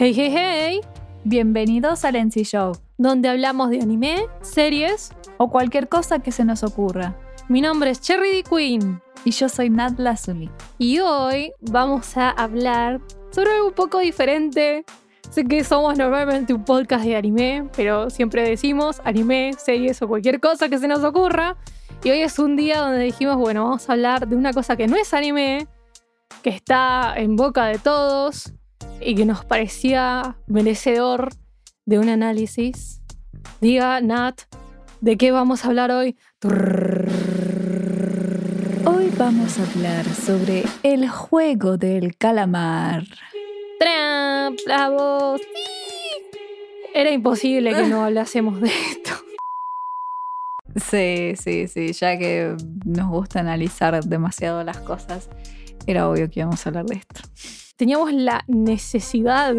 Hey, hey, hey. Bienvenidos al NC Show, donde hablamos de anime, series o cualquier cosa que se nos ocurra. Mi nombre es Cherry D. Queen. Y yo soy Nat Lazuli. Y hoy vamos a hablar sobre algo un poco diferente. Sé que somos normalmente un podcast de anime, pero siempre decimos anime, series o cualquier cosa que se nos ocurra. Y hoy es un día donde dijimos, bueno, vamos a hablar de una cosa que no es anime, que está en boca de todos y que nos parecía merecedor de un análisis. Diga, Nat, ¿de qué vamos a hablar hoy? Hoy vamos a hablar sobre el juego del calamar. ¡Tram! ¡Bravo! ¡Sí! Era imposible que no hablásemos de esto. Sí, ya que nos gusta analizar demasiado las cosas, era obvio que íbamos a hablar de esto. Teníamos la necesidad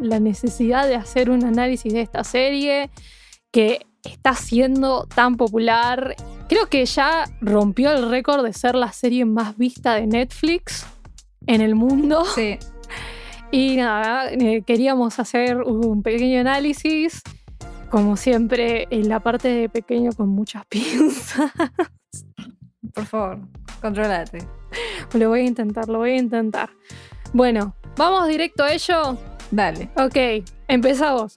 de hacer un análisis de esta serie que está siendo tan popular. Creo que ya rompió el récord de ser la serie más vista de Netflix en el mundo. Sí. Y nada, queríamos hacer un pequeño análisis, como siempre, en la parte de pequeño con muchas pinzas. Por favor, contrólate. Lo voy a intentar. Bueno, ¿vamos directo a ello? Dale. Ok, empezamos.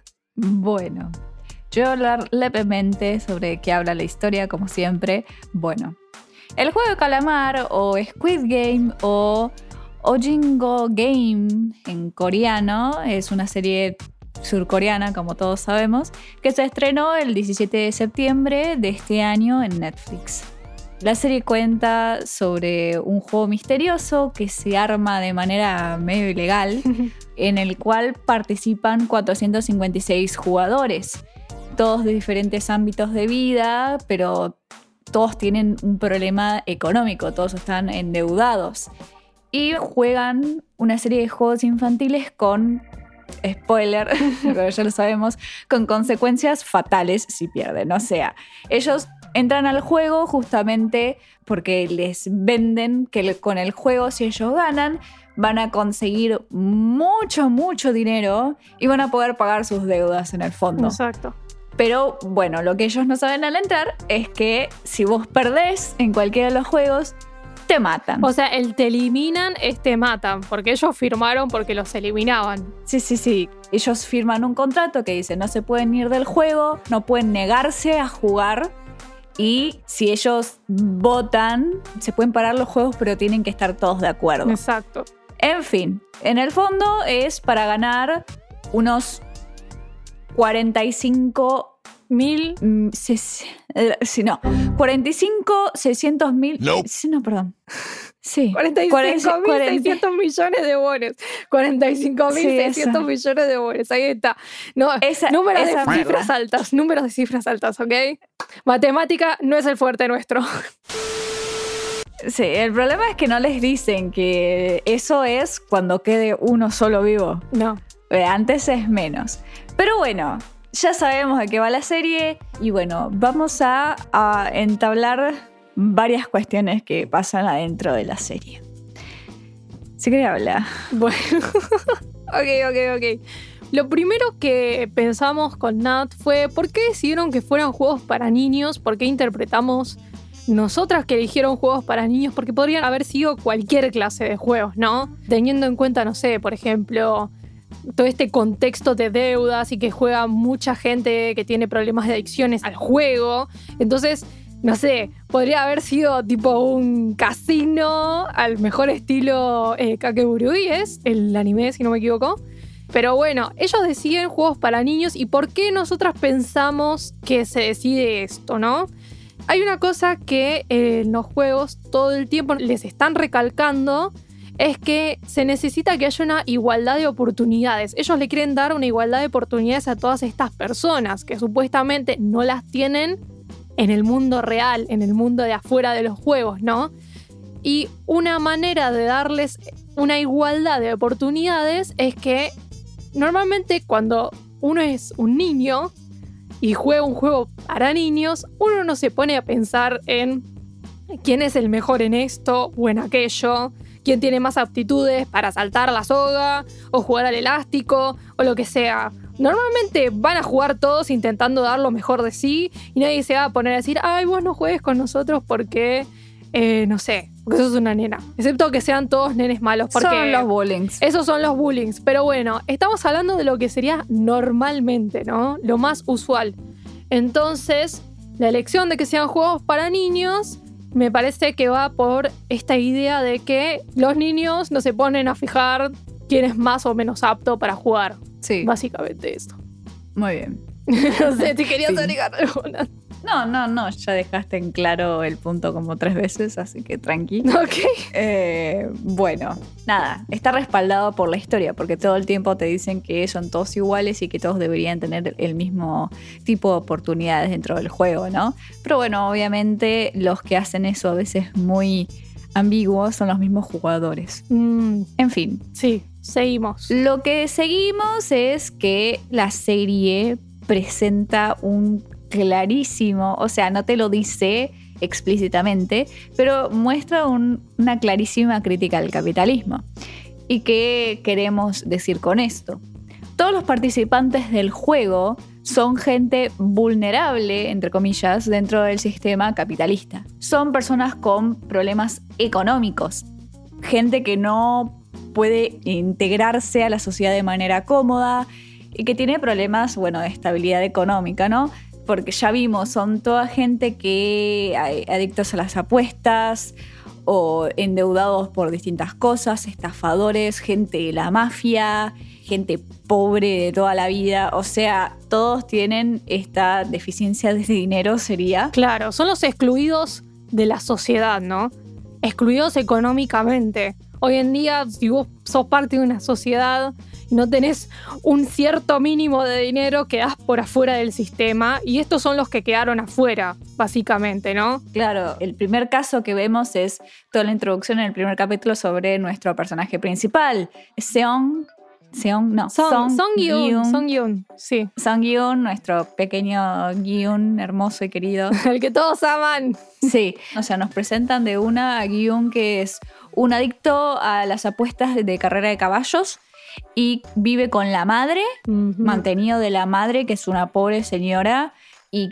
Bueno, yo voy a hablar levemente sobre qué habla la historia, como siempre. Bueno, el juego de calamar, o Squid Game, o Ojingo Game en coreano, es una serie surcoreana, como todos sabemos, que se estrenó el 17 de septiembre de este año en Netflix. La serie cuenta sobre un juego misterioso que se arma de manera medio ilegal, en el cual participan 456 jugadores, todos de diferentes ámbitos de vida, pero todos tienen un problema económico, todos están endeudados. Y juegan una serie de juegos infantiles con, spoiler, pero ya lo sabemos, con consecuencias fatales si pierden. O sea, ellos entran al juego justamente porque les venden que con el juego, si ellos ganan, van a conseguir mucho dinero y van a poder pagar sus deudas en el fondo. Exacto. Pero bueno, lo que ellos no saben al entrar es que si vos perdés en cualquiera de los juegos, te matan. O sea, el te eliminan es te matan, porque ellos firmaron porque los eliminaban. Sí. Ellos firman un contrato que dice no se pueden ir del juego, no pueden negarse a jugar. Y si ellos votan, se pueden parar los juegos, pero tienen que estar todos de acuerdo. Exacto. En fin, en el fondo es para ganar unos 45.600.000. Nope. No, perdón. Sí. 45.600 millones de wones. 45.600 millones de wones. Ahí está. No, números de cifras altas, ¿ok? Matemática no es el fuerte nuestro. Sí, el problema es que no les dicen que eso es cuando quede uno solo vivo. No. Antes es menos. Pero bueno, ya sabemos de qué va la serie. Y bueno, vamos a entablar varias cuestiones que pasan adentro de la serie. ¿Se quiere hablar? Bueno, ok. Lo primero que pensamos con Nat fue ¿por qué decidieron que fueran juegos para niños? ¿Por qué interpretamos nosotras que eligieron juegos para niños? Porque podrían haber sido cualquier clase de juegos, ¿no? Teniendo en cuenta, no sé, por ejemplo, todo este contexto de deudas y que juega mucha gente que tiene problemas de adicciones al juego. Entonces, no sé, podría haber sido tipo un casino al mejor estilo Kakegurui, es el anime, si no me equivoco. Pero bueno, ellos deciden juegos para niños. ¿Y por qué nosotras pensamos que se decide esto, no? Hay una cosa que en los juegos todo el tiempo les están recalcando, es que se necesita que haya una igualdad de oportunidades. Ellos le quieren dar una igualdad de oportunidades a todas estas personas que supuestamente no las tienen en el mundo real, en el mundo de afuera de los juegos, ¿no? Y una manera de darles una igualdad de oportunidades es que normalmente cuando uno es un niño y juega un juego para niños, uno no se pone a pensar en quién es el mejor en esto o en aquello, quién tiene más aptitudes para saltar la soga o jugar al elástico o lo que sea. Normalmente van a jugar todos intentando dar lo mejor de sí y nadie se va a poner a decir, ay, vos no juegues con nosotros porque, no sé, porque sos una nena. Excepto que sean todos nenes malos. Porque son los bullings. Esos son los bullings. Pero bueno, estamos hablando de lo que sería normalmente, ¿no? Lo más usual. Entonces, la elección de que sean juegos para niños me parece que va por esta idea de que los niños no se ponen a fijar quién es más o menos apto para jugar. Sí. Básicamente esto. Muy bien. No sé si querías Sí. agregar algo. No, ya dejaste en claro el punto como 3 veces, así que tranqui. Ok. Bueno, nada, está respaldado por la historia, porque todo el tiempo te dicen que son todos iguales y que todos deberían tener el mismo tipo de oportunidades dentro del juego, ¿no? Pero bueno, obviamente los que hacen eso a veces muy ambiguos son los mismos jugadores. En fin. Sí, seguimos. Lo que seguimos es que la serie presenta un clarísimo, o sea, no te lo dice explícitamente, pero muestra una clarísima crítica al capitalismo. ¿Y qué queremos decir con esto? Todos los participantes del juego son gente vulnerable, entre comillas, dentro del sistema capitalista. Son personas con problemas económicos, gente que no puede integrarse a la sociedad de manera cómoda y que tiene problemas, bueno, de estabilidad económica, ¿no? Porque ya vimos, son toda gente que adictos a las apuestas o endeudados por distintas cosas, estafadores, gente de la mafia, gente pobre de toda la vida. O sea, todos tienen esta deficiencia de dinero, sería. Claro, son los excluidos de la sociedad, ¿no? Excluidos económicamente. Hoy en día, si vos sos parte de una sociedad y no tenés un cierto mínimo de dinero, quedás por afuera del sistema. Y estos son los que quedaron afuera, básicamente, ¿no? Claro, el primer caso que vemos es toda la introducción en el primer capítulo sobre nuestro personaje principal, Song-Yoon, sí. Song-Yoon, nuestro pequeño Gyun, hermoso y querido. El que todos aman. Sí, o sea, nos presentan de una a Gyun que es un adicto a las apuestas de carrera de caballos y vive con la madre, mantenido de la madre, que es una pobre señora y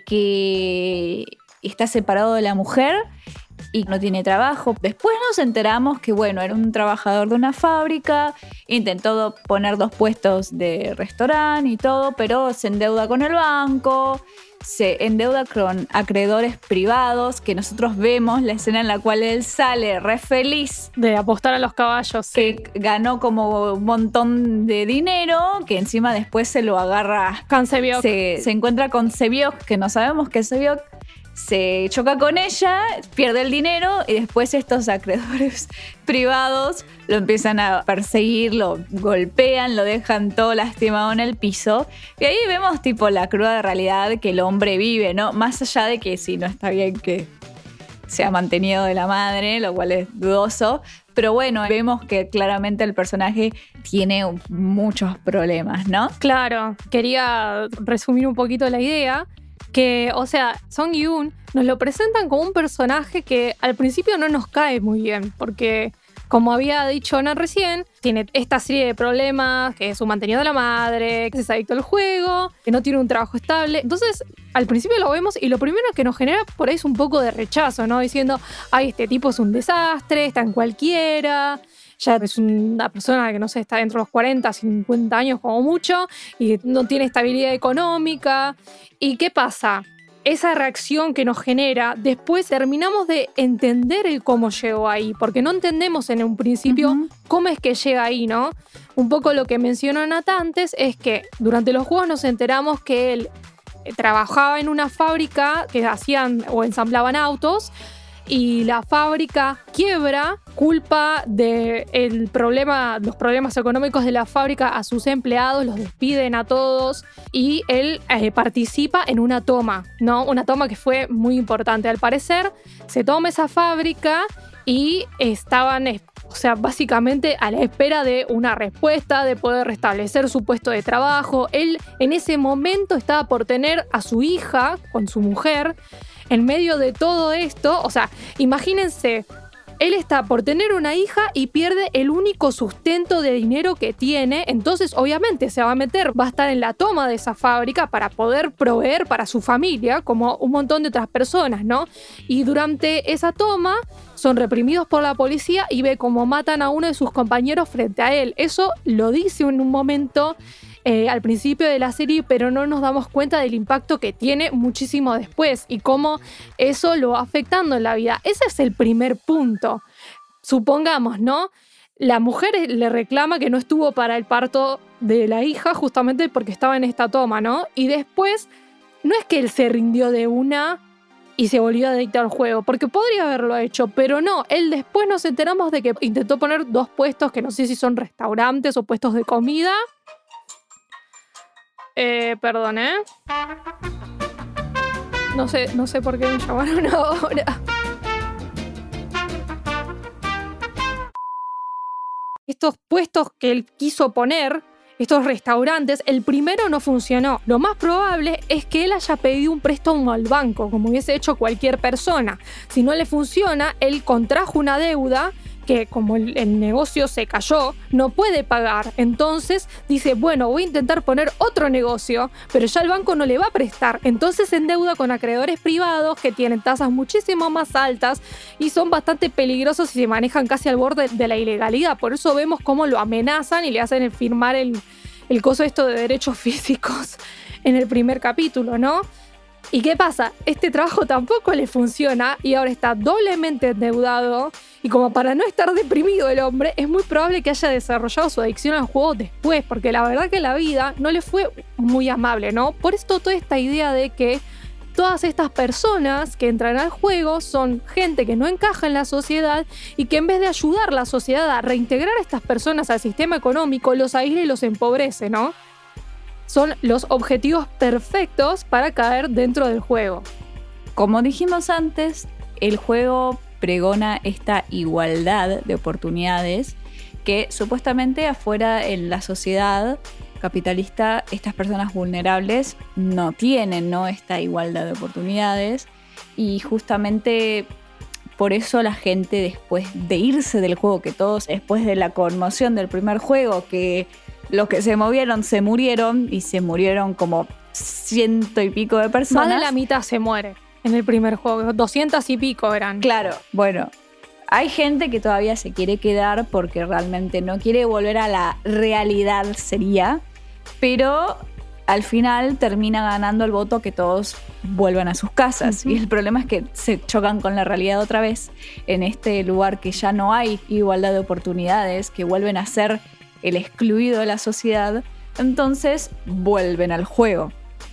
que está separado de la mujer y no tiene trabajo. Después nos enteramos que, bueno, era un trabajador de una fábrica, intentó poner 2 puestos de restaurante y todo, pero se endeuda con el banco, se endeuda con acreedores privados, que nosotros vemos la escena en la cual él sale re feliz de apostar a los caballos. Que ganó como un montón de dinero, que encima después se lo agarra Kan Se-byuk. Se encuentra con Se-byuk, que no sabemos que es Se-byuk, se choca con ella, pierde el dinero y después estos acreedores privados lo empiezan a perseguir, lo golpean, lo dejan todo lastimado en el piso. Y ahí vemos tipo la cruda realidad que el hombre vive, ¿no? Más allá de que sí, no está bien que sea mantenido de la madre, lo cual es dudoso. Pero bueno, vemos que claramente el personaje tiene muchos problemas, ¿no? Claro, quería resumir un poquito la idea. Que, o sea, Song-Yoon nos lo presentan como un personaje que al principio no nos cae muy bien, porque, como había dicho Ana recién, tiene esta serie de problemas, que es un mantenido de la madre, que es adicto al juego, que no tiene un trabajo estable. Entonces, al principio lo vemos y lo primero que nos genera por ahí es un poco de rechazo, ¿no? Diciendo, ay, este tipo es un desastre, está en cualquiera. Ya es una persona que, no sé, está dentro de los 40, 50 años como mucho y no tiene estabilidad económica. ¿Y qué pasa? Esa reacción que nos genera, después terminamos de entender el cómo llegó ahí, porque no entendemos en un principio cómo es que llega ahí, ¿no? Un poco lo que mencionó Nat antes es que durante los juegos nos enteramos que él trabajaba en una fábrica que hacían o ensamblaban autos, y la fábrica quiebra, culpa de los problemas económicos de la fábrica a sus empleados, los despiden a todos y él participa en una toma, ¿no? Una toma que fue muy importante. Al parecer, se toma esa fábrica y estaban, o sea, básicamente a la espera de una respuesta, de poder restablecer su puesto de trabajo. Él en ese momento estaba por tener a su hija con su mujer. En medio de todo esto, o sea, imagínense Él está por tener una hija y pierde el único sustento de dinero que tiene, entonces obviamente se va a meter, va a estar en la toma de esa fábrica para poder proveer para su familia, como un montón de otras personas, ¿no? Y durante esa toma son reprimidos por la policía y ve cómo matan a uno de sus compañeros frente a él. Eso lo dice en un momento al principio de la serie, pero no nos damos cuenta del impacto que tiene muchísimo después y cómo eso lo va afectando en la vida. Ese es el primer punto. Supongamos, ¿no? La mujer le reclama que no estuvo para el parto de la hija justamente porque estaba en esta toma, ¿no? Y después, no es que él se rindió de una y se volvió adicto al juego, porque podría haberlo hecho, pero no. Él después nos enteramos de que intentó poner 2 puestos que no sé si son restaurantes o puestos de comida. Perdón, No sé por qué me llamaron ahora. Estos puestos que él quiso poner, estos restaurantes, el primero no funcionó. Lo más probable es que él haya pedido un préstamo al banco, como hubiese hecho cualquier persona. Si no le funciona, él contrajo una deuda que, como el negocio se cayó, no puede pagar. Entonces dice, bueno, voy a intentar poner otro negocio, pero ya el banco no le va a prestar. Entonces se endeuda con acreedores privados que tienen tasas muchísimo más altas y son bastante peligrosos y se manejan casi al borde de la ilegalidad. Por eso vemos cómo lo amenazan y le hacen firmar el coso esto de derechos físicos en el primer capítulo, ¿no? ¿Y qué pasa? Este trabajo tampoco le funciona y ahora está doblemente endeudado, y como para no estar deprimido el hombre, es muy probable que haya desarrollado su adicción al juego después, porque la verdad que la vida no le fue muy amable, ¿no? Por esto toda esta idea de que todas estas personas que entran al juego son gente que no encaja en la sociedad y que en vez de ayudar a la sociedad a reintegrar a estas personas al sistema económico, los aísla y los empobrece, ¿no? Son los objetivos perfectos para caer dentro del juego. Como dijimos antes, el juego pregona esta igualdad de oportunidades que supuestamente afuera en la sociedad capitalista estas personas vulnerables no tienen, ¿no? Esta igualdad de oportunidades, y justamente por eso la gente, después de irse del juego, que todos después de la conmoción del primer juego, que los que se movieron se murieron, y se murieron como 100 y pico de personas. Más de la mitad se muere en el primer juego, 200 y pico eran. Claro, bueno, hay gente que todavía se quiere quedar porque realmente no quiere volver a la realidad sería, pero al final termina ganando el voto que todos vuelvan a sus casas. Uh-huh. Y el problema es que se chocan con la realidad otra vez en este lugar que ya no hay igualdad de oportunidades, que vuelven a ser el excluido de la sociedad, entonces vuelven al juego.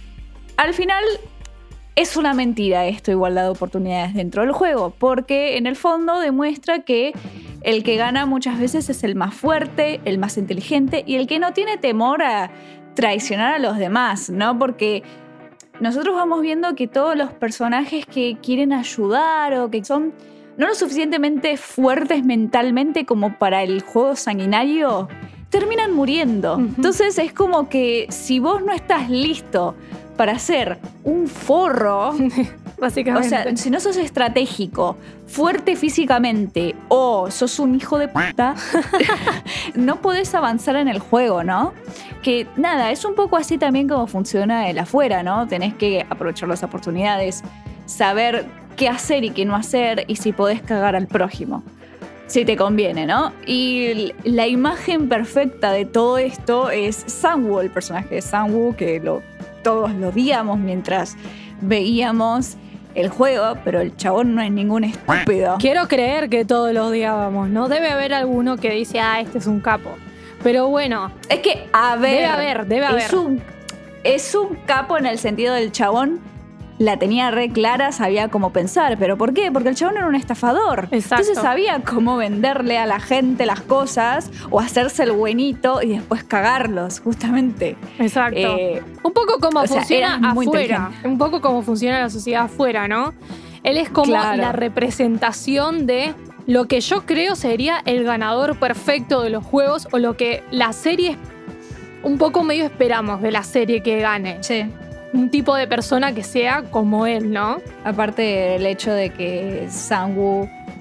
Al final es una mentira esto, igualdad de oportunidades dentro del juego, porque en el fondo demuestra que el que gana muchas veces es el más fuerte, el más inteligente y el que no tiene temor a traicionar a los demás, ¿no? Porque nosotros vamos viendo que todos los personajes que quieren ayudar o que son no lo suficientemente fuertes mentalmente como para el juego sanguinario, terminan muriendo. Uh-huh. Entonces es como que si vos no estás listo para ser un forro, básicamente, o sea, si no sos estratégico, fuerte físicamente o sos un hijo de puta, no podés avanzar en el juego, ¿no? Que nada, es un poco así también como funciona el afuera, ¿no? Tenés que aprovechar las oportunidades, saber qué hacer y qué no hacer, y si podés cagar al prójimo, si te conviene, ¿no? Y la imagen perfecta de todo esto es Sang-woo, el personaje de Sang-woo, que todos lo odiamos mientras veíamos el juego, pero el chabón no es ningún estúpido. Quiero creer que todos lo odiábamos, ¿no? Debe haber alguno que dice, este es un capo. Pero bueno, es que, a ver, debe haber. Es un capo en el sentido del chabón la tenía re clara, sabía cómo pensar. ¿Pero por qué? Porque el chabón era un estafador. Exacto. Entonces sabía cómo venderle a la gente las cosas o hacerse el buenito y después cagarlos, justamente. Exacto. Un poco como funciona afuera. Un poco como funciona la sociedad afuera, ¿no? Él es como la representación de lo que yo creo sería el ganador perfecto de los juegos, o lo que la serie, un poco medio esperamos de la serie que gane. Sí. Un tipo de persona que sea como él, ¿no? Aparte del hecho de que Sang-woo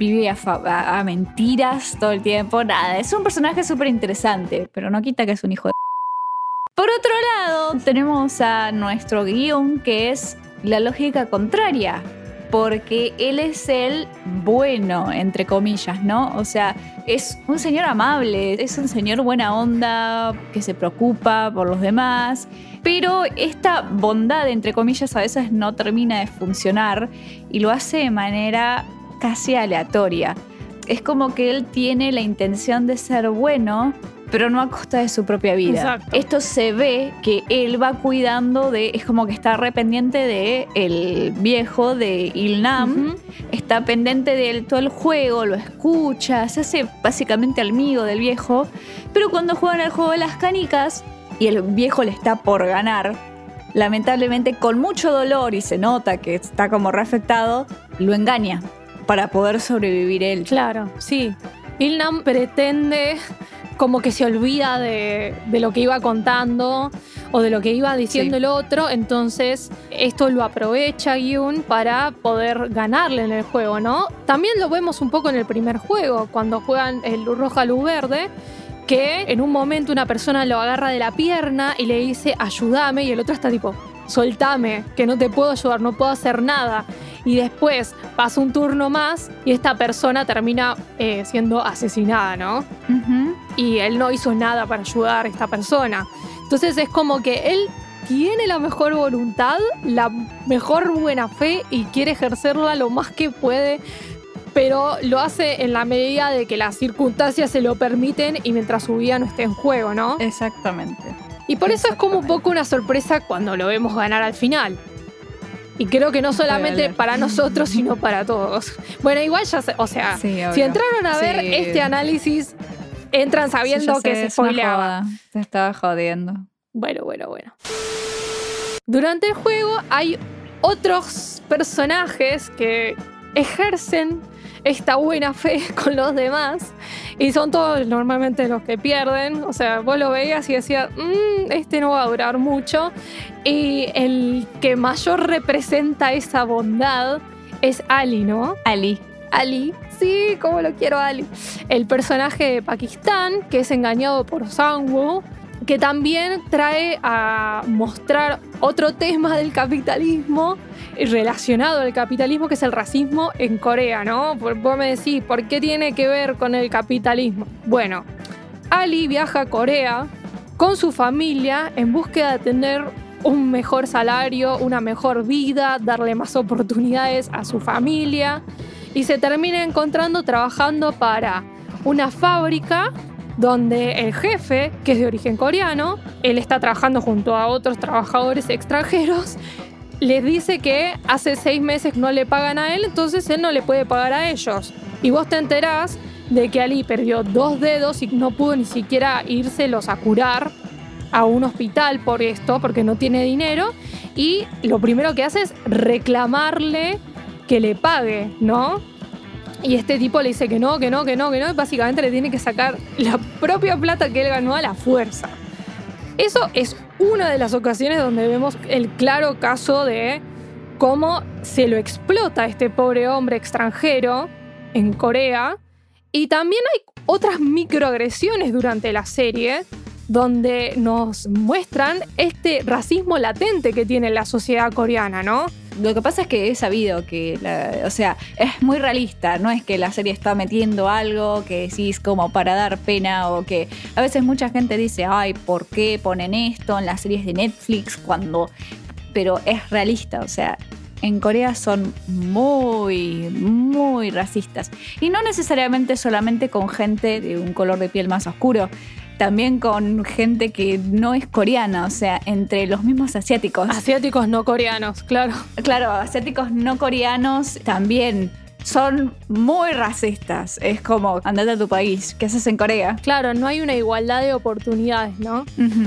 vive a mentiras todo el tiempo. Nada, es un personaje súper interesante, pero no quita que es un hijo de... Por otro lado, tenemos a nuestro guión, que es la lógica contraria, porque él es el bueno, entre comillas, ¿no? O sea, es un señor amable, es un señor buena onda, que se preocupa por los demás, pero esta bondad, entre comillas, a veces no termina de funcionar y lo hace de manera casi aleatoria. Es como que él tiene la intención de ser bueno, pero no a costa de su propia vida. Exacto. Esto se ve que él va cuidando de... Es como que está re pendiente de el viejo de Il-nam. Está pendiente de él todo el juego, lo escucha, se hace básicamente amigo del viejo. Pero cuando juegan el juego de las canicas y el viejo le está por ganar, lamentablemente con mucho dolor, y se nota que está como reafectado, lo engaña para poder sobrevivir él. Claro, sí. Il-nam pretende... como que se olvida de lo que iba contando o de lo que iba diciendo el otro, entonces esto lo aprovecha Gyun para poder ganarle en el juego, ¿no? También lo vemos un poco en el primer juego, cuando juegan el luz roja, luz verde, que en un momento una persona lo agarra de la pierna y le dice ayúdame, y el otro está tipo soltame, que no te puedo ayudar, no puedo hacer nada. Y después pasa un turno más y esta persona termina siendo asesinada, ¿no? Y él no hizo nada para ayudar a esta persona. Entonces es como que él tiene la mejor voluntad, la mejor buena fe y quiere ejercerla lo más que puede, pero lo hace en la medida de que las circunstancias se lo permiten y mientras su vida no esté en juego, ¿no? Exactamente. Y por eso es como un poco una sorpresa cuando lo vemos ganar al final. Y creo que no solamente para nosotros, sino para todos. Bueno, igual ya o sea, sí, si entraron a ver este análisis, entran sabiendo que se spoileaba. Se estaba jodiendo. Bueno. Durante el juego hay otros personajes que ejercen esta buena fe con los demás y son todos normalmente los que pierden. O sea, vos lo veías y decías, este no va a durar mucho. Y el que mayor representa esa bondad es Ali, ¿no? Ali, sí, como lo quiero Ali. El personaje de Pakistán, que es engañado por Sang-woo, que también trae a mostrar otro tema del capitalismo relacionado al capitalismo, que es el racismo en Corea, ¿no? Vos me decís, ¿por qué tiene que ver con el capitalismo? Bueno, Ali viaja a Corea con su familia en búsqueda de tener un mejor salario, una mejor vida, darle más oportunidades a su familia, y se termina encontrando trabajando para una fábrica donde el jefe, que es de origen coreano, él está trabajando junto a otros trabajadores extranjeros, les dice que hace 6 meses no le pagan a él, entonces él no le puede pagar a ellos. Y vos te enterás de que Ali perdió 2 dedos y no pudo ni siquiera írselos a curar a un hospital por esto, porque no tiene dinero, y lo primero que hace es reclamarle que le pague, ¿no? Y este tipo le dice que no, y básicamente le tiene que sacar la propia plata que él ganó a la fuerza. Eso es una de las ocasiones donde vemos el claro caso de cómo se lo explota a este pobre hombre extranjero en Corea. Y también hay otras microagresiones durante la serie donde nos muestran este racismo latente que tiene la sociedad coreana, ¿no? Lo que pasa es que he sabido que, es muy realista, no es que la serie está metiendo algo que decís como para dar pena, o que a veces mucha gente dice, ay, ¿por qué ponen esto en las series de Netflix pero es realista, o sea, en Corea son muy, muy racistas. Y no necesariamente solamente con gente de un color de piel más oscuro, también con gente que no es coreana, o sea, entre los mismos asiáticos. Asiáticos no coreanos, claro. Claro, asiáticos no coreanos también son muy racistas. Es como, andate a tu país, ¿qué haces en Corea? Claro, no hay una igualdad de oportunidades, ¿no?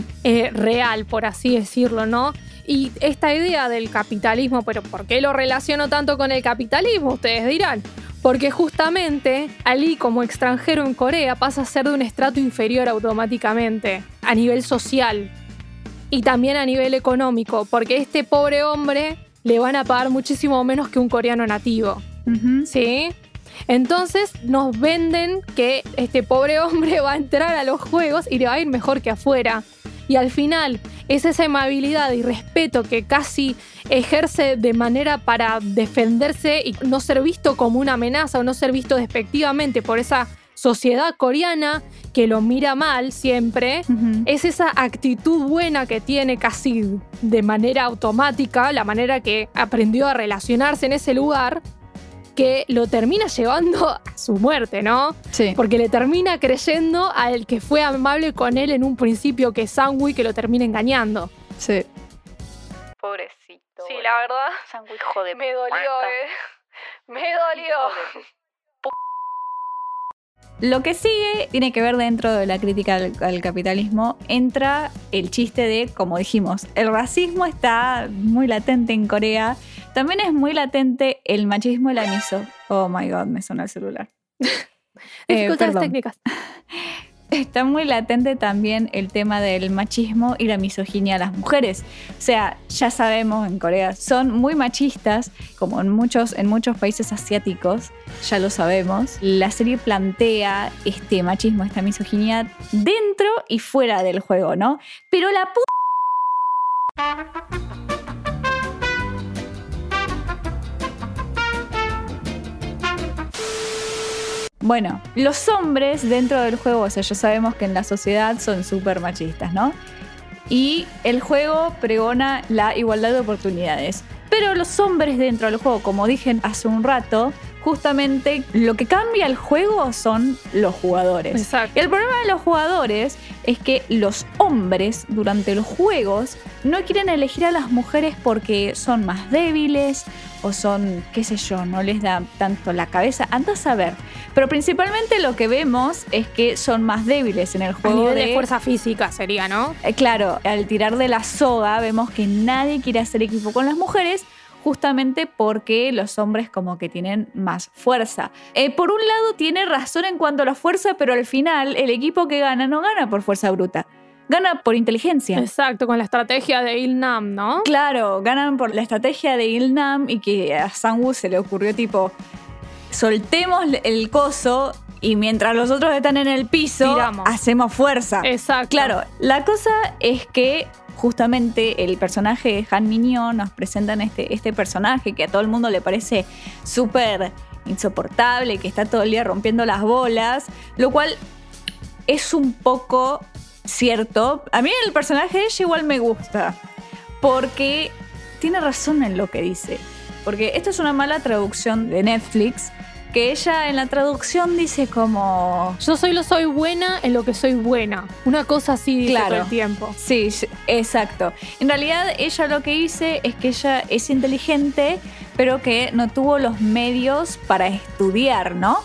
Real, por así decirlo, ¿no? Y esta idea del capitalismo, pero ¿por qué lo relaciono tanto con el capitalismo? Ustedes dirán. Porque justamente Ali, como extranjero en Corea, pasa a ser de un estrato inferior automáticamente, a nivel social y también a nivel económico, porque a este pobre hombre le van a pagar muchísimo menos que un coreano nativo, ¿sí? Entonces nos venden que este pobre hombre va a entrar a los juegos y le va a ir mejor que afuera. Y al final es esa amabilidad y respeto que casi ejerce de manera para defenderse y no ser visto como una amenaza o no ser visto despectivamente por esa sociedad coreana que lo mira mal siempre. Es esa actitud buena que tiene casi de manera automática, la manera que aprendió a relacionarse en ese lugar, que lo termina llevando a su muerte, ¿no? Sí. Porque le termina creyendo al que fue amable con él en un principio, que es Sang-woo, que lo termina engañando. Sí. Pobrecito. Sí, la verdad, Sang-woo, hijo de me dolió, me dolió. Lo que sigue tiene que ver dentro de la crítica al capitalismo. Entra el chiste de, como dijimos, el racismo está muy latente en Corea. También es muy latente el machismo y la miso. Oh my god, me sonó el celular. Dificultades técnicas. Está muy latente también el tema del machismo y la misoginia a las mujeres. O sea, ya sabemos, en Corea son muy machistas, como en muchos países asiáticos, ya lo sabemos. La serie plantea este machismo, esta misoginia dentro y fuera del juego, ¿no? Pero la Bueno, los hombres dentro del juego, o sea, ya sabemos que en la sociedad son súper machistas, ¿no? Y el juego pregona la igualdad de oportunidades. Pero los hombres dentro del juego, como dije hace un rato, justamente lo que cambia el juego son los jugadores. Exacto. Y el problema de los jugadores es que los hombres durante los juegos no quieren elegir a las mujeres porque son más débiles o son, qué sé yo, no les da tanto la cabeza. Anda a saber. Pero principalmente lo que vemos es que son más débiles en el juego. A nivel de fuerza física sería, ¿no? Claro, al tirar de la soga vemos que nadie quiere hacer equipo con las mujeres, justamente porque los hombres como que tienen más fuerza. Por un lado tiene razón en cuanto a la fuerza, pero al final el equipo que gana no gana por fuerza bruta, gana por inteligencia. Exacto, con la estrategia de Il-nam, ¿no? Claro, ganan por la estrategia de Il-nam y que a Sang-woo se le ocurrió tipo, soltemos el coso y mientras los otros están en el piso, tiramos. Hacemos fuerza. Exacto. Claro, la cosa es que justamente el personaje de Han Min-yeon nos presentan este personaje que a todo el mundo le parece súper insoportable, que está todo el día rompiendo las bolas, lo cual es un poco cierto. A mí el personaje de ella igual me gusta, porque tiene razón en lo que dice. Porque esto es una mala traducción de Netflix, que ella en la traducción dice como... Yo soy buena en lo que soy buena. Una cosa así dice todo el tiempo. Sí, exacto. En realidad ella lo que dice es que ella es inteligente, pero que no tuvo los medios para estudiar, ¿no?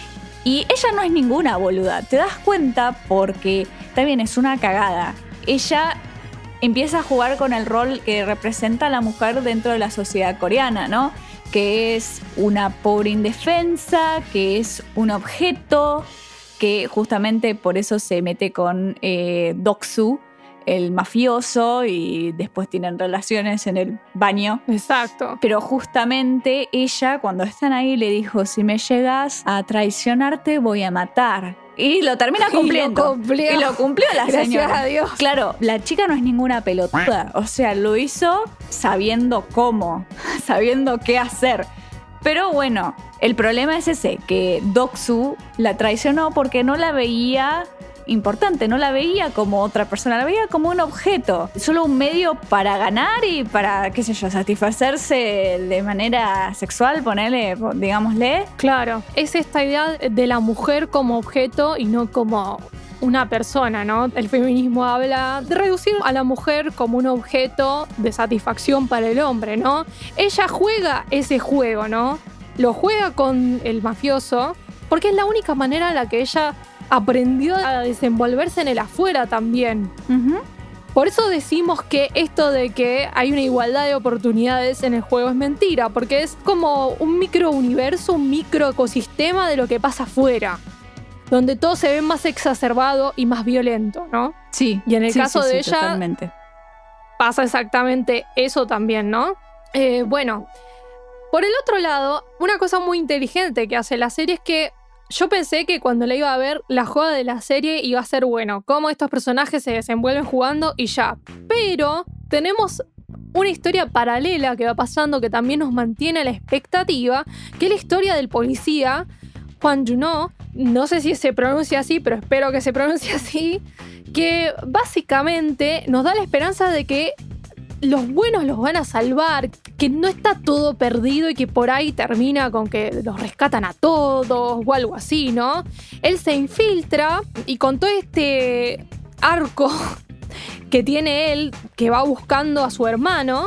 Y ella no es ninguna boluda. Te das cuenta porque también es una cagada. Ella empieza a jugar con el rol que representa a la mujer dentro de la sociedad coreana, ¿no? Que es una pobre indefensa, que es un objeto, que justamente por eso se mete con Doksu, el mafioso, y después tienen relaciones en el baño. Exacto. Pero justamente ella, cuando están ahí, le dijo, si me llegas a traicionar te voy a matar. Y lo termina cumpliendo. Y lo cumplió la Gracias señora. a Dios. Claro, la chica no es ninguna pelotuda. O sea, lo hizo sabiendo cómo, sabiendo qué hacer. Pero bueno, el problema es ese, que Doksu la traicionó porque no la veía importante, no la veía como otra persona, la veía como un objeto, solo un medio para ganar y para, qué sé yo, satisfacerse de manera sexual, ponerle, digámosle. Claro, es esta idea de la mujer como objeto y no como una persona, ¿no? El feminismo habla de reducir a la mujer como un objeto de satisfacción para el hombre, ¿no? Ella juega ese juego, ¿no? Lo juega con el mafioso porque es la única manera en la que ella aprendió a desenvolverse en el afuera también. Por eso decimos que esto de que hay una igualdad de oportunidades en el juego es mentira, porque es como un microuniverso, un microecosistema de lo que pasa afuera, donde todo se ve más exacerbado y más violento, ¿no? Sí. Y en el caso de ella totalmente. pasa exactamente eso también, ¿no? Bueno, Por el otro lado, una cosa muy inteligente que hace la serie es que yo pensé que cuando la iba a ver, la joda de la serie iba a ser, bueno, cómo estos personajes se desenvuelven jugando y ya. Pero tenemos una historia paralela que va pasando que también nos mantiene a la expectativa, que es la historia del policía Hwang Juno, no sé si se pronuncia así, pero espero que se pronuncie así, que básicamente nos da la esperanza de que los buenos los van a salvar, que no está todo perdido y que por ahí termina con que los rescatan a todos o algo así, ¿no? Él se infiltra y con todo este arco que tiene él, que va buscando a su hermano,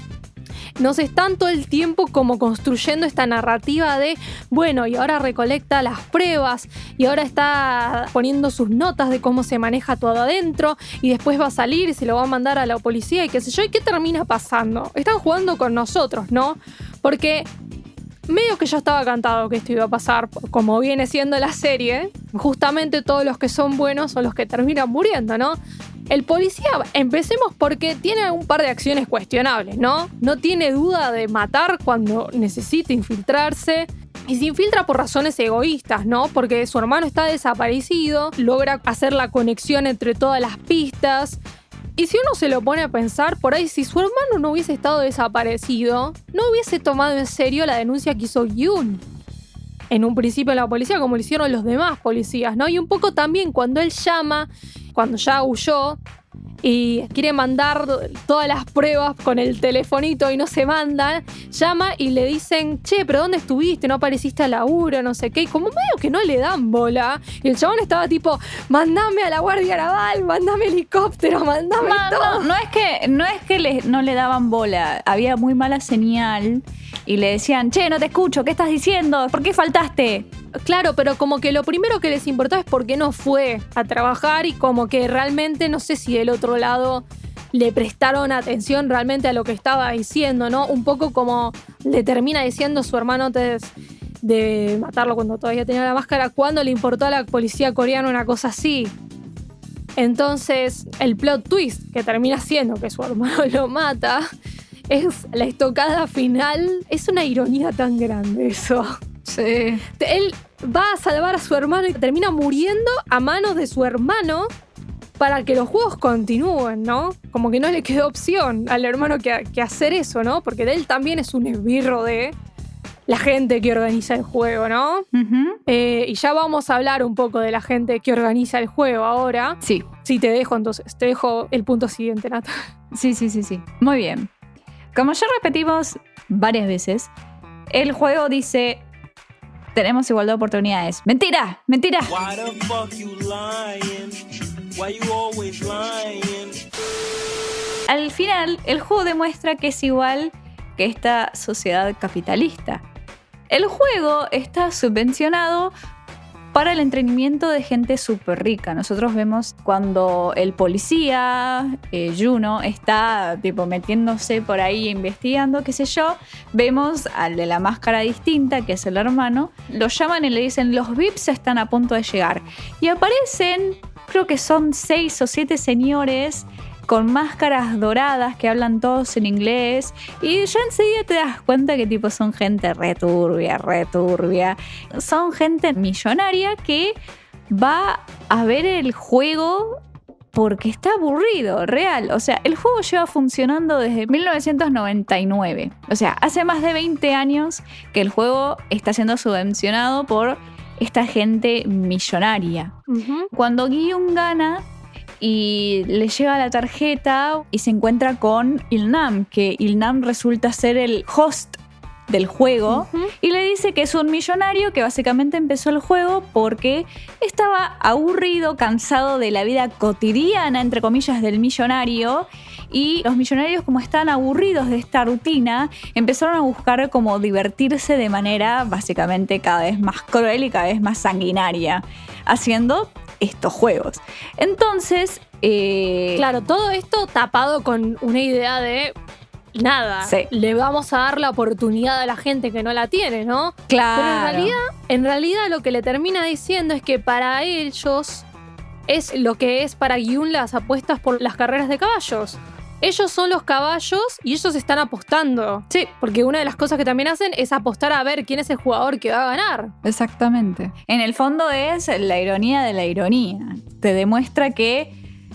nos están todo el tiempo como construyendo esta narrativa de, bueno, y ahora recolecta las pruebas y ahora está poniendo sus notas de cómo se maneja todo adentro y después va a salir y se lo va a mandar a la policía y qué sé yo. ¿Y qué termina pasando? Están jugando con nosotros, ¿no? Porque medio que ya estaba cantado que esto iba a pasar, como viene siendo la serie. Justamente todos los que son buenos son los que terminan muriendo, ¿no? El policía, empecemos porque tiene un par de acciones cuestionables, ¿no? No tiene duda de matar cuando necesita infiltrarse. Y se infiltra por razones egoístas, ¿no? Porque su hermano está desaparecido, logra hacer la conexión entre todas las pistas. Y si uno se lo pone a pensar, por ahí si su hermano no hubiese estado desaparecido, no hubiese tomado en serio la denuncia que hizo Yoon en un principio a la policía, como lo hicieron los demás policías, ¿no? Y un poco también cuando él llama, cuando ya huyó y quiere mandar todas las pruebas con el telefonito y no se mandan, llama y le dicen, che, pero ¿dónde estuviste? No apareciste al laburo, no sé qué. Y como medio que no le dan bola. Y el chabón estaba tipo, mandame a la Guardia Naval, mandame helicóptero, mandame todo. No es que no le daban bola. Había muy mala señal y le decían, che, no te escucho, ¿qué estás diciendo? ¿Por qué faltaste? Claro, pero como que lo primero que les importaba es por qué no fue a trabajar y como que realmente no sé si del otro lado le prestaron atención realmente a lo que estaba diciendo, ¿no? Un poco como le termina diciendo su hermano antes de matarlo cuando todavía tenía la máscara, cuando le importó a la policía coreana una cosa así. Entonces, el plot twist que termina siendo que su hermano lo mata es la estocada final. Es una ironía tan grande eso. Sí. Él va a salvar a su hermano y termina muriendo a manos de su hermano para que los juegos continúen, ¿no? Como que no le quedó opción al hermano que hacer eso, ¿no? Porque él también es un esbirro de la gente que organiza el juego, ¿no? Uh-huh. Y ya vamos a hablar un poco de la gente que organiza el juego ahora. Sí. Sí, te dejo el punto siguiente, Nata. Sí. Muy bien. Como ya repetimos varias veces, el juego dice... Tenemos igualdad de oportunidades. ¡Mentira! ¡Mentira! Why the fuck you lying? Why you always lying? Al final, el juego demuestra que es igual que esta sociedad capitalista. El juego está subvencionado para el entretenimiento de gente súper rica. Nosotros vemos cuando el policía, Juno, está tipo metiéndose por ahí investigando, qué sé yo, vemos al de la máscara distinta, que es el hermano, lo llaman y le dicen, los VIPs están a punto de llegar. Y aparecen, creo que son 6 o 7 señores con máscaras doradas que hablan todos en inglés y ya enseguida te das cuenta que tipo son gente returbia. Son gente millonaria que va a ver el juego porque está aburrido, real. O sea, el juego lleva funcionando desde 1999. O sea, hace más de 20 años que el juego está siendo subvencionado por esta gente millonaria. Uh-huh. Cuando Gi-hun gana y le llega la tarjeta y se encuentra con Il-nam, que Il-nam resulta ser el host del juego, uh-huh, y le dice que es un millonario que básicamente empezó el juego porque estaba aburrido, cansado de la vida cotidiana, entre comillas, del millonario, y los millonarios, como están aburridos de esta rutina, empezaron a buscar como divertirse de manera básicamente cada vez más cruel y cada vez más sanguinaria, haciendo estos juegos. Entonces, claro, todo esto tapado con una idea de nada. Sí. Le vamos a dar la oportunidad a la gente que no la tiene, ¿no? claro. Pero en realidad lo que le termina diciendo es que para ellos es lo que es para Gi-hun las apuestas por las carreras de caballos. ellos son los caballos y ellos están apostando. Sí, Porque una de las cosas que también hacen es apostar a ver quién es el jugador que va a ganar. exactamente. En el fondo es la ironía de la ironía. Te demuestra que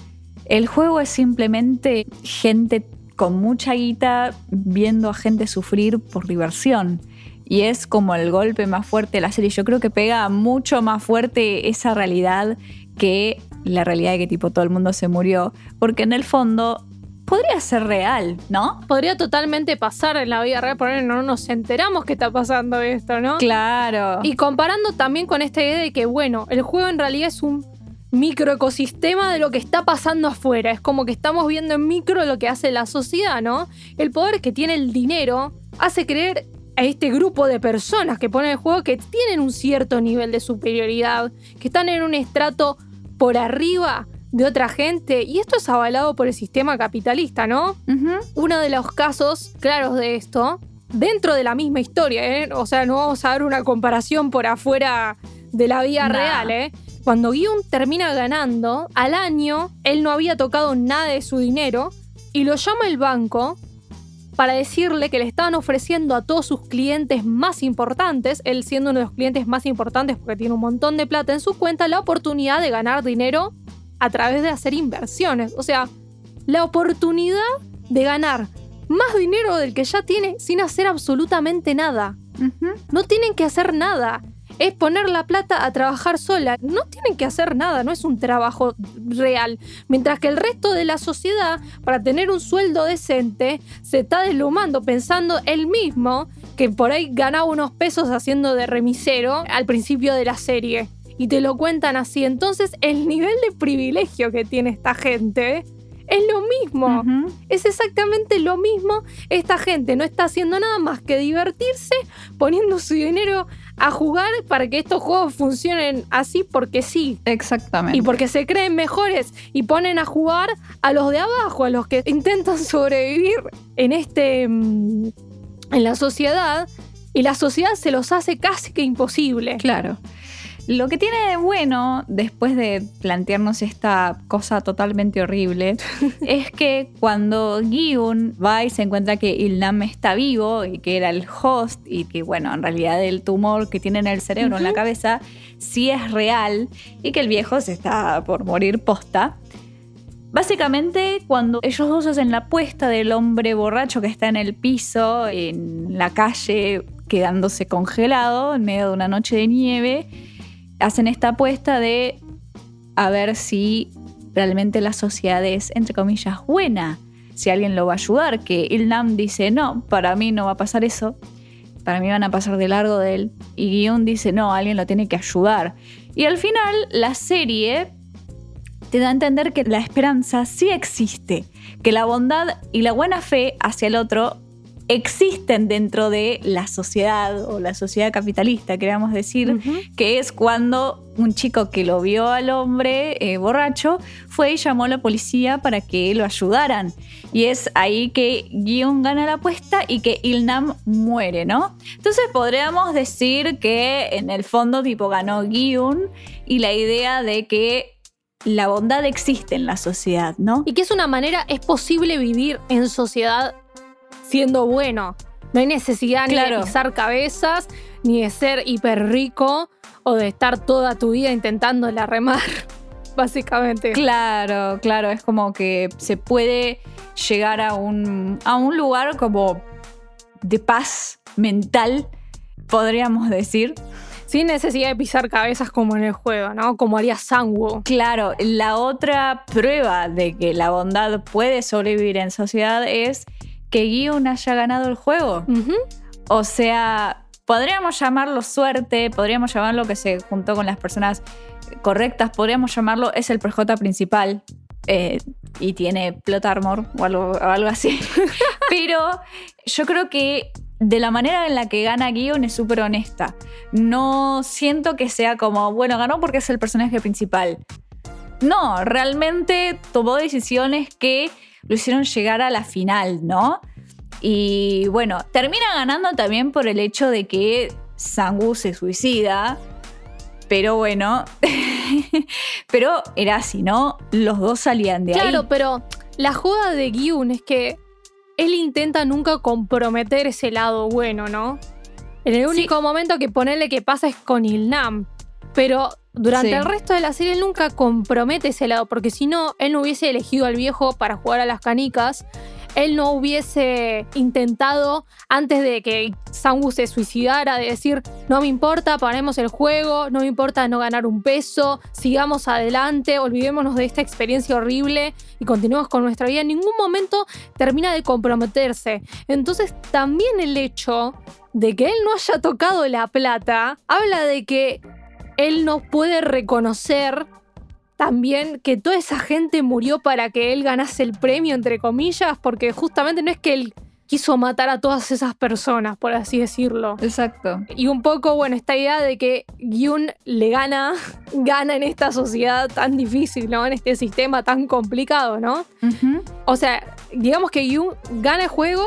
el juego es simplemente gente con mucha guita viendo a gente sufrir por diversión. Y es como el golpe más fuerte de la serie. Yo creo que pega mucho más fuerte esa realidad que la realidad de que tipo todo el mundo se murió. Porque en el fondo podría ser real, ¿no? Podría totalmente pasar en la vida real, por no nos enteramos que está pasando esto, ¿no? Claro. Y comparando también con esta idea de que, bueno, el juego en realidad es un microecosistema de lo que está pasando afuera. Es como que estamos viendo en micro lo que hace la sociedad, ¿no? El poder que tiene el dinero hace creer a este grupo de personas que ponen el juego que tienen un cierto nivel de superioridad, que están en un estrato por arriba de otra gente, y esto es avalado por el sistema capitalista, ¿no? Ujú. Uno de los casos claros de esto, dentro de la misma historia, ¿eh? O sea, no vamos a ver una comparación por afuera de la vida Nah. real, ¿eh? Cuando Gi-hun termina ganando, al año él no había tocado nada de su dinero y lo llama el banco para decirle que le estaban ofreciendo a todos sus clientes más importantes, él siendo uno de los clientes más importantes porque tiene un montón de plata en su cuenta, la oportunidad de ganar dinero a través de hacer inversiones. O sea, la oportunidad de ganar más dinero del que ya tiene sin hacer absolutamente nada. Ujú. No tienen que hacer nada. Es poner la plata a trabajar sola. No tienen que hacer nada, no es un trabajo real. Mientras que el resto de la sociedad, para tener un sueldo decente, se está deslumando pensando él mismo que por ahí ganaba unos pesos haciendo de remisero al principio de la serie. Y te lo cuentan así. Entonces el nivel de privilegio que tiene esta gente es lo mismo. Ujú. Es exactamente lo mismo. Esta gente no está haciendo nada más que divertirse poniendo su dinero a jugar para que estos juegos funcionen así porque sí. Exactamente. Y porque se creen mejores y ponen a jugar a los de abajo, a los que intentan sobrevivir en la sociedad, y la sociedad se los hace casi que imposible. Claro. Lo que tiene de bueno, después de plantearnos esta cosa totalmente horrible, es que cuando Gi-hun va y se encuentra que Il-nam está vivo y que era el host y que, bueno, en realidad el tumor que tiene en el cerebro, en la cabeza, sí es real y que el viejo se está por morir posta. Básicamente, cuando ellos dos hacen la apuesta del hombre borracho que está en el piso, en la calle, quedándose congelado en medio de una noche de nieve, hacen esta apuesta de a ver si realmente la sociedad es, entre comillas, buena, si alguien lo va a ayudar, que Il-nam dice, no, para mí no va a pasar eso, para mí van a pasar de largo de él, y Gi-hun dice, no, alguien lo tiene que ayudar. Y al final, la serie te da a entender que la esperanza sí existe, que la bondad y la buena fe hacia el otro existen dentro de la sociedad o la sociedad capitalista, queríamos decir, Ujú. que es cuando un chico que lo vio al hombre borracho fue y llamó a la policía para que lo ayudaran. Y es ahí que Gi-hun gana la apuesta y que Il-nam muere, ¿no? Entonces podríamos decir que en el fondo tipo ganó Gi-hun y la idea de que la bondad existe en la sociedad, ¿no? Y que es posible vivir en sociedad siendo bueno. No hay necesidad ni Claro. de pisar cabezas, ni de ser hiper rico, o de estar toda tu vida intentándola remar, básicamente. Claro, claro, es como que se puede llegar a un lugar como de paz mental, podríamos decir. Sin necesidad de pisar cabezas como en el juego, ¿no? Como haría Sang-woo. Claro, la otra prueba de que la bondad puede sobrevivir en sociedad es que Gi-hun haya ganado el juego. Ujú. O sea, podríamos llamarlo suerte, podríamos llamarlo que se juntó con las personas correctas, podríamos llamarlo es el PJ principal y tiene plot armor o algo así. Pero yo creo que de la manera en la que gana Gi-hun es súper honesta. No siento que sea como, bueno, ganó porque es el personaje principal. No, realmente tomó decisiones que lo hicieron llegar a la final, ¿no? Y bueno, termina ganando también por el hecho de que Sang-woo se suicida. Pero bueno, pero era así, ¿no? Los dos salían de ahí. Claro, pero la joda de Gyun es que él intenta nunca comprometer ese lado bueno, ¿no? En el único momento que ponerle que pasa es con Il-nam. Pero durante el resto de la serie él nunca compromete ese lado, porque si no, él no hubiese elegido al viejo para jugar a las canicas. Él no hubiese intentado, antes de que Sang-woo se suicidara, de decir, no me importa, paremos el juego, no me importa no ganar un peso, sigamos adelante, olvidémonos de esta experiencia horrible y continuemos con nuestra vida. En ningún momento termina de comprometerse. Entonces también el hecho de que él no haya tocado la plata habla de que él no puede reconocer también que toda esa gente murió para que él ganase el premio, entre comillas, porque justamente no es que él quiso matar a todas esas personas, por así decirlo. Exacto. Y un poco, bueno, esta idea de que Gyun le gana en esta sociedad tan difícil, ¿no? En este sistema tan complicado, ¿no? Uh-huh. O sea, digamos que Gyun gana el juego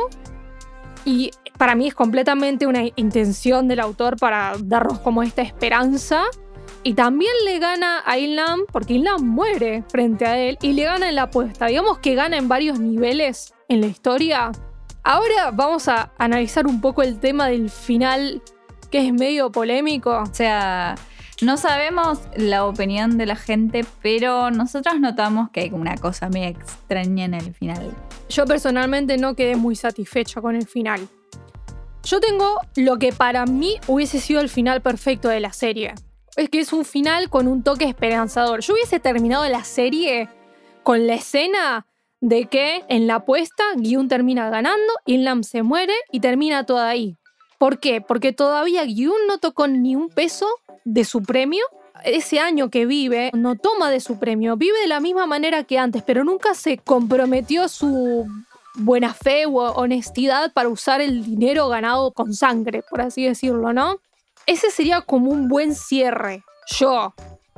y para mí es completamente una intención del autor para darnos como esta esperanza. Y también le gana a Il-nam, porque Il-nam muere frente a él y le gana en la apuesta. Digamos que gana en varios niveles en la historia. Ahora vamos a analizar un poco el tema del final, que es medio polémico. O sea, no sabemos la opinión de la gente, pero nosotros notamos que hay una cosa medio extraña en el final. Yo personalmente no quedé muy satisfecha con el final. Yo tengo lo que para mí hubiese sido el final perfecto de la serie. Es que es un final con un toque esperanzador. Yo hubiese terminado la serie con la escena de que en la apuesta Gyun termina ganando, Il-nam se muere y termina todo ahí. ¿Por qué? Porque todavía Gyun no tocó ni un peso de su premio. Ese año que vive no toma de su premio. Vive de la misma manera que antes, pero nunca se comprometió su buena fe u honestidad para usar el dinero ganado con sangre, por así decirlo, ¿no? Ese sería como un buen cierre. Yo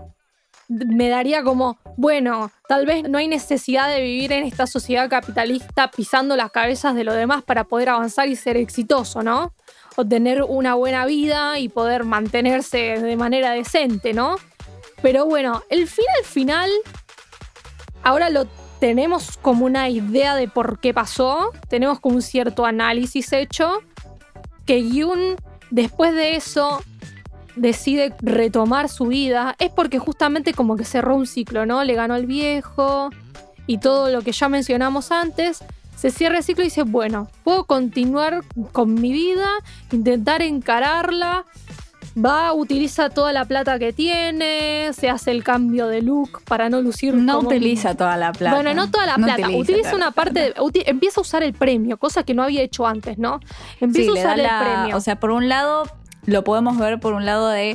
me daría como, bueno, tal vez no hay necesidad de vivir en esta sociedad capitalista pisando las cabezas de los demás para poder avanzar y ser exitoso, ¿no? O tener una buena vida y poder mantenerse de manera decente, ¿no? Pero bueno, el final, ahora lo tenemos como una idea de por qué pasó, tenemos como un cierto análisis hecho, que Gyun después de eso decide retomar su vida, es porque justamente como que cerró un ciclo, ¿no? Le ganó al viejo y todo lo que ya mencionamos antes, se cierra el ciclo y dice, bueno, puedo continuar con mi vida, intentar encararla, utiliza toda la plata que tiene, se hace el cambio de look para no lucir no como... utiliza toda la plata. Bueno, no toda la plata, utiliza una parte, empieza a usar el premio, cosa que no había hecho antes, ¿no? Empieza a usar el premio. O sea, por un lado, lo podemos ver por un lado de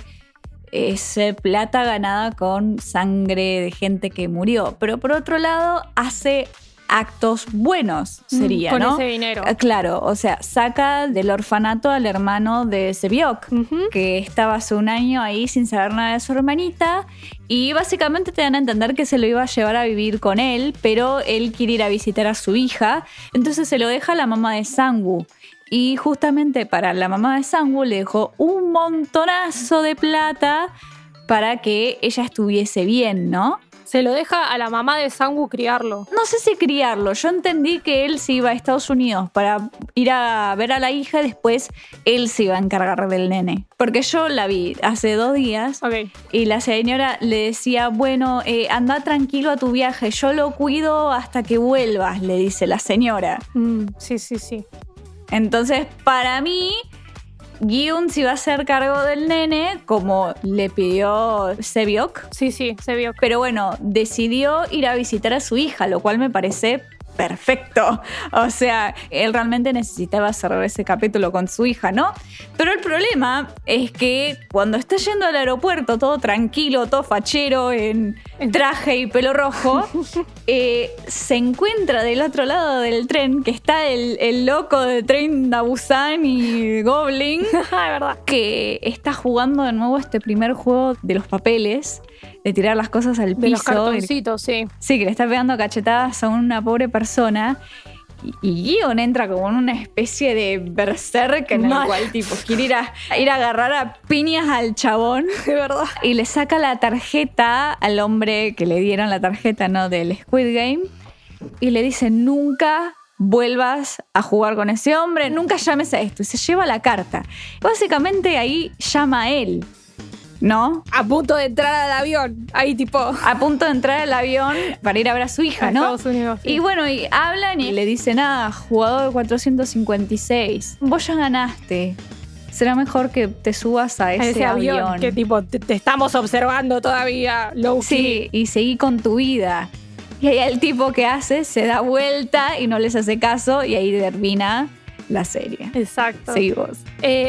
plata ganada con sangre de gente que murió, pero por otro lado hace actos buenos, sería, con ¿no? ese dinero. Claro, o sea, saca del orfanato al hermano de Sebiok, que estaba hace un año ahí sin saber nada de su hermanita, y básicamente te dan a entender que se lo iba a llevar a vivir con él, pero él quiere ir a visitar a su hija, entonces se lo deja a la mamá de Sang-woo. Y justamente para la mamá de Sang-woo le dejó un montonazo de plata para que ella estuviese bien, ¿no? Se lo deja a la mamá de Sang-woo criarlo. No sé si criarlo. Yo entendí que él se iba a Estados Unidos para ir a ver a la hija y después él se iba a encargar del nene. Porque yo la vi hace 2 días y la señora le decía, bueno, anda tranquilo a tu viaje, yo lo cuido hasta que vuelvas, le dice la señora. Sí. Entonces, para mí, Gyun se iba a hacer cargo del nene, como le pidió Sebiok. Sí, Sebiok. Pero bueno, decidió ir a visitar a su hija, lo cual me parece perfecto. O sea, él realmente necesitaba cerrar ese capítulo con su hija, ¿no? Pero el problema es que cuando está yendo al aeropuerto, todo tranquilo, todo fachero, en traje y pelo rojo, se encuentra del otro lado del tren que está el loco de Train to Busan y Goblin, ¿verdad? Que está jugando de nuevo este primer juego de los papeles, de tirar las cosas al piso. De los cartoncitos, sí. Sí, que le está pegando cachetadas a una pobre persona. Y Gyun entra como en una especie de berserk en el cual tipo quiere ir a agarrar a piñas al chabón. De verdad. Y le saca la tarjeta al hombre que le dieron la tarjeta, ¿no? Del Squid Game. y le dice: nunca vuelvas a jugar con ese hombre, nunca llames a esto. Y se lleva la carta. Básicamente ahí llama a él, ¿no? A punto de entrar al avión. Ahí tipo... A punto de entrar al avión para ir a ver a su hija, ¿no? Estados Unidos, sí. Y bueno, y hablan y le dicen: jugador 456, vos ya ganaste. Será mejor que te subas a ese avión. Que tipo, te estamos observando todavía, low key. Sí, y seguí con tu vida. Y ahí el tipo que hace se da vuelta y no les hace caso, y ahí termina la serie. Exacto. Sí, vos.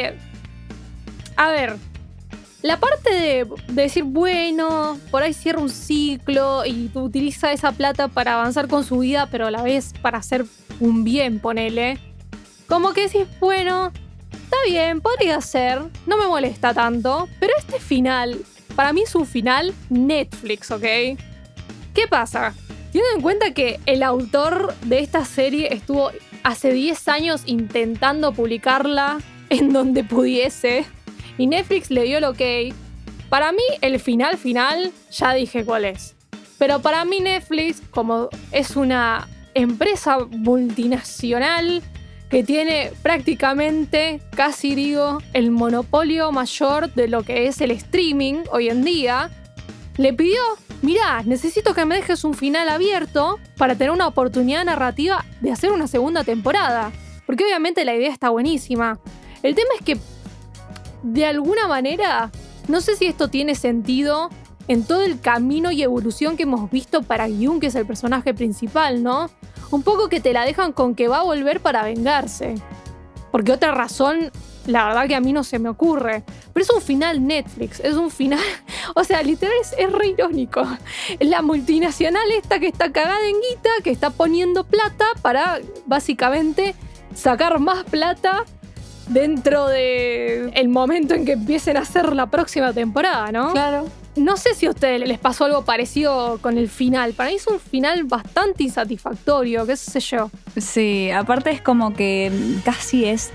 A ver, la parte de decir, bueno, por ahí cierra un ciclo y tú utiliza esa plata para avanzar con su vida, pero a la vez para hacer un bien, ponele. Como que decís, bueno, está bien, podría ser, no me molesta tanto, pero este final, para mí es un final Netflix, ¿ok? ¿Qué pasa? Teniendo en cuenta que el autor de esta serie estuvo hace 10 años intentando publicarla en donde pudiese y Netflix le dio el ok, para mí el final, ya dije cuál es. Pero para mí Netflix, como es una empresa multinacional que tiene prácticamente, casi digo, el monopolio mayor de lo que es el streaming hoy en día, le pidió: mirá, necesito que me dejes un final abierto para tener una oportunidad narrativa de hacer una segunda temporada. Porque obviamente la idea está buenísima. El tema es que, de alguna manera, no sé si esto tiene sentido en todo el camino y evolución que hemos visto para Gi-hun, que es el personaje principal, ¿no? Un poco que te la dejan con que va a volver para vengarse. Porque otra razón, la verdad que a mí no se me ocurre. Pero es un final Netflix, es un final... O sea, literal es re irónico. Es la multinacional esta que está cagada en guita, que está poniendo plata para, básicamente, sacar más plata dentro del momento en que empiecen a hacer la próxima temporada, ¿no? Claro. No sé si a ustedes les pasó algo parecido con el final. Para mí es un final bastante insatisfactorio, qué sé yo. Sí, aparte es como que casi es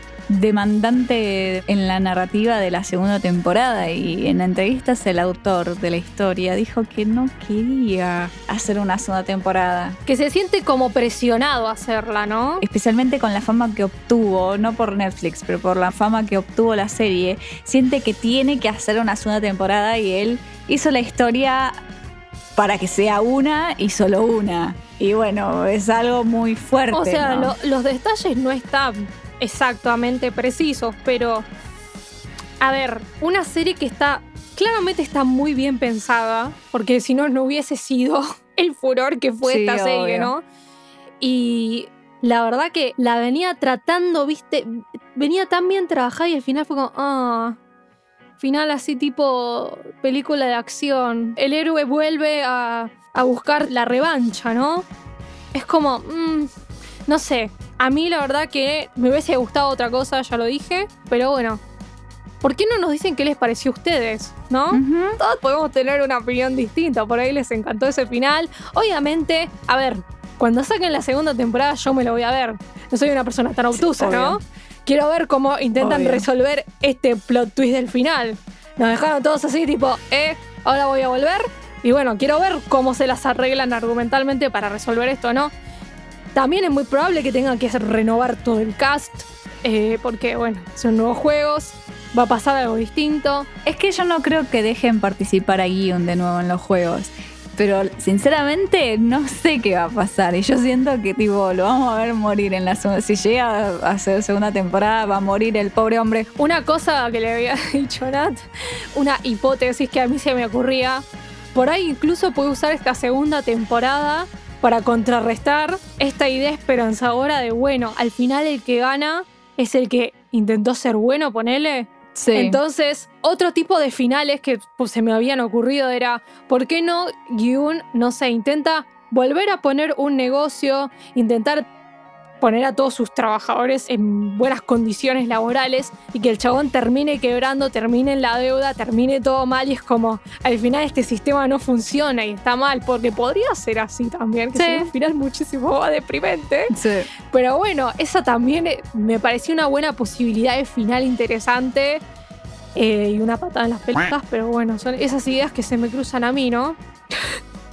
demandante en la narrativa de la segunda temporada, y en entrevistas el autor de la historia dijo que no quería hacer una segunda temporada. Que se siente como presionado a hacerla, ¿no? Especialmente con la fama que obtuvo, no por Netflix, pero por la fama que obtuvo la serie, siente que tiene que hacer una segunda temporada, y él hizo la historia para que sea una y solo una. Y bueno, es algo muy fuerte. O sea, ¿no? Los detalles no están exactamente precisos, pero a ver, una serie que claramente está muy bien pensada, porque si no, no hubiese sido el furor que fue esta serie, ¿no? Y la verdad que la venía tratando, viste, venía tan bien trabajada, y al final fue como, final así tipo película de acción. El héroe vuelve a buscar la revancha, ¿no? Es como, no sé. A mí la verdad que me hubiese gustado otra cosa, ya lo dije. Pero bueno, ¿por qué no nos dicen qué les pareció a ustedes? ¿No? Uh-huh. Todos podemos tener una opinión distinta. Por ahí les encantó ese final. Obviamente, a ver, cuando saquen la segunda temporada yo me lo voy a ver. No soy una persona tan obtusa, sí, ¿no? Quiero ver cómo intentan obvio resolver este plot twist del final. Nos dejaron todos así, tipo, ahora voy a volver. Y bueno, quiero ver cómo se las arreglan argumentalmente para resolver esto, ¿no? También es muy probable que tengan que renovar todo el cast, porque, bueno, son nuevos juegos, va a pasar algo distinto. Es que yo no creo que dejen participar a Gi-hun de nuevo en los juegos, pero sinceramente no sé qué va a pasar, y yo siento que tipo lo vamos a ver morir en la segunda. Si llega a hacer segunda temporada, va a morir el pobre hombre. Una cosa que le había dicho Nat, una hipótesis que a mí se me ocurría, por ahí incluso puede usar esta segunda temporada para contrarrestar esta idea esperanzadora de, bueno, al final el que gana es el que intentó ser bueno, ponele. Sí. Entonces, otro tipo de finales que se me habían ocurrido era, ¿por qué no Gi-hun, no sé, intenta volver a poner un negocio, intentar poner a todos sus trabajadores en buenas condiciones laborales, y que el chabón termine quebrando, termine en la deuda, termine todo mal, y es como, al final este sistema no funciona y está mal, porque podría ser así también, que sería un final muchísimo más deprimente. Sí. Pero bueno, esa también me pareció una buena posibilidad de final interesante, y una patada en las pelotas, pero bueno, son esas ideas que se me cruzan a mí, ¿no?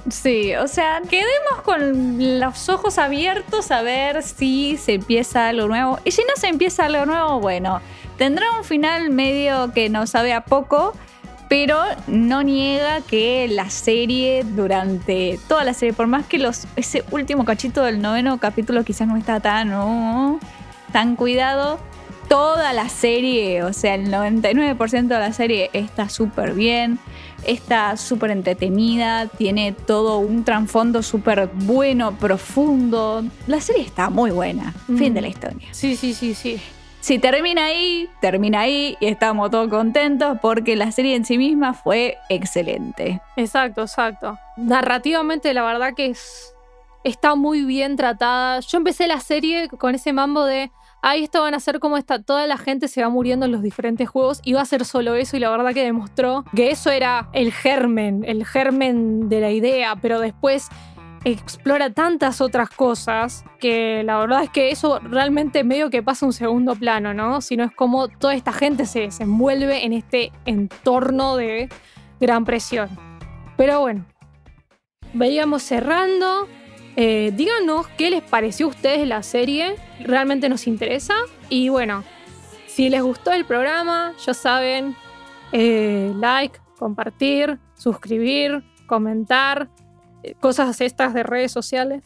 Sí, o sea, quedemos con los ojos abiertos a ver si se empieza algo nuevo. Y si no se empieza algo nuevo, bueno, tendrá un final medio que nos sabe a poco, pero no niega que la serie, durante toda la serie, por más que ese último cachito del 9º capítulo quizás no está tan cuidado, toda la serie, o sea, el 99% de la serie está súper bien, está súper entretenida, tiene todo un trasfondo súper bueno, profundo. La serie está muy buena. Fin de la historia. Sí. Si termina ahí y estamos todos contentos porque la serie en sí misma fue excelente. Exacto. Narrativamente la verdad que está muy bien tratada. Yo empecé la serie con ese mambo de esto van a ser como toda la gente se va muriendo en los diferentes juegos y va a ser solo eso, y la verdad que demostró que eso era el germen de la idea, pero después explora tantas otras cosas que la verdad es que eso realmente medio que pasa a un segundo plano, ¿no? Sino es como toda esta gente se desenvuelve en este entorno de gran presión. Pero bueno, veíamos cerrando. Díganos qué les pareció a ustedes la serie, realmente nos interesa. Y bueno, si les gustó el programa, ya saben, like, compartir, suscribir, comentar, cosas estas de redes sociales.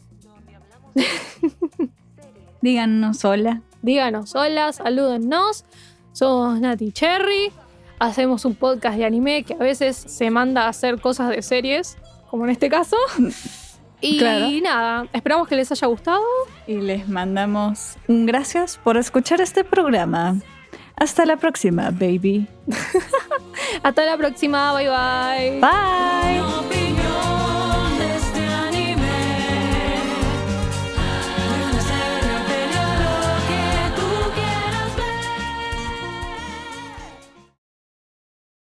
Díganos hola. Salúdennos. Somos Nati Cherry. Hacemos un podcast de anime que a veces se manda a hacer cosas de series, como en este caso. Y claro. Nada, esperamos que les haya gustado. Y les mandamos un gracias por escuchar este programa. Hasta la próxima, baby. Hasta la próxima, bye bye. Bye.